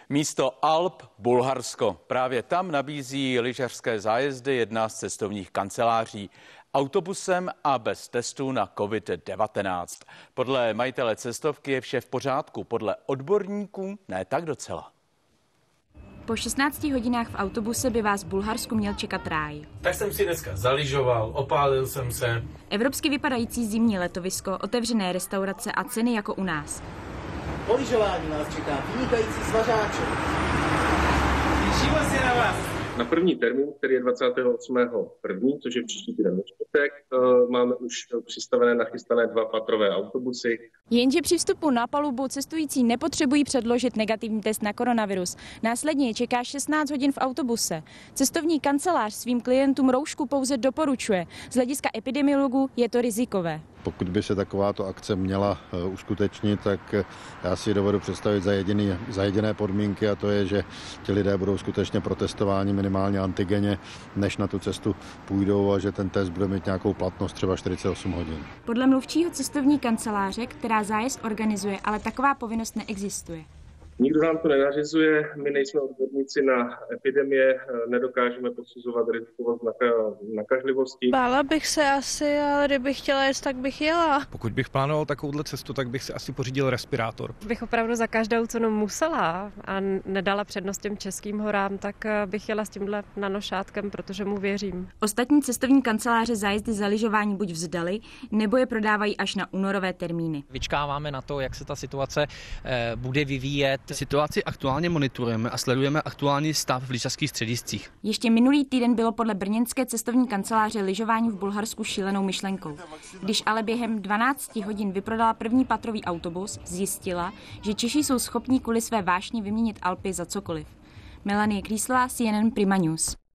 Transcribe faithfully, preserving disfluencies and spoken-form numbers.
Místo Alp Bulharsko. Právě tam nabízí lyžařské zájezdy jedna z cestovních kanceláří. Autobusem a bez testů na covid devatenáct. Podle majitele cestovky je vše v pořádku, podle odborníků ne tak docela. Po šestnácti hodinách v autobuse by vás v Bulharsku měl čekat ráj. Tak jsem si dneska zaližoval, opálil jsem se. Evropsky vypadající zimní letovisko, otevřené restaurace a ceny jako u nás. Po lyžování vás čeká vynikající svařáček. Těšíme se na vás. Na první termín, který je dvacátého osmého prvního, což je příští týden ve čtvrtek, máme už přistavené, nachystané dva patrové autobusy. Jenže při vstupu na palubu cestující nepotřebují předložit negativní test na koronavirus. Následně je čeká šestnáct hodin v autobuse. Cestovní kancelář svým klientům roušku pouze doporučuje. Z hlediska epidemiologů je to rizikové. Pokud by se takováto akce měla uskutečnit, tak já si dovedu představit za, jediný, za jediné podmínky, a to je, že ti lidé budou skutečně protestováni minimálně antigeně, než na tu cestu půjdou, a že ten test bude mít nějakou platnost třeba čtyřicet osm hodin. Podle mluvčího cestovní kanceláře, která zájezd organizuje, ale taková povinnost neexistuje. Nikdo nám to nenařizuje, my nejsme odborníci na epidemie, nedokážeme posuzovat rizikovost nakažlivosti. Bála bych se asi, ale kdybych chtěla jet, tak bych jela. Pokud bych plánoval takovouhle cestu, tak bych si asi pořídil respirátor. Bych opravdu za každou cenu musela a nedala přednost těm českým horám, tak bych jela s tímhle nanošátkem, protože mu věřím. Ostatní cestovní kanceláře zájezdy za lyžování buď vzdali, nebo je prodávají až na únorové termíny. Vyčkáváme na to, jak se ta situace eh, bude vyvíjet. Situaci aktuálně monitorujeme a sledujeme aktuální stav v lyžařských střediscích. Ještě minulý týden bylo podle brněnské cestovní kanceláře lyžování v Bulharsku šílenou myšlenkou. Když ale během dvanácti hodin vyprodala první patrový autobus, zjistila, že Češi jsou schopní kvůli své vášni vyměnit Alpy za cokoliv. Melanie Krýslová, C N N Prima News.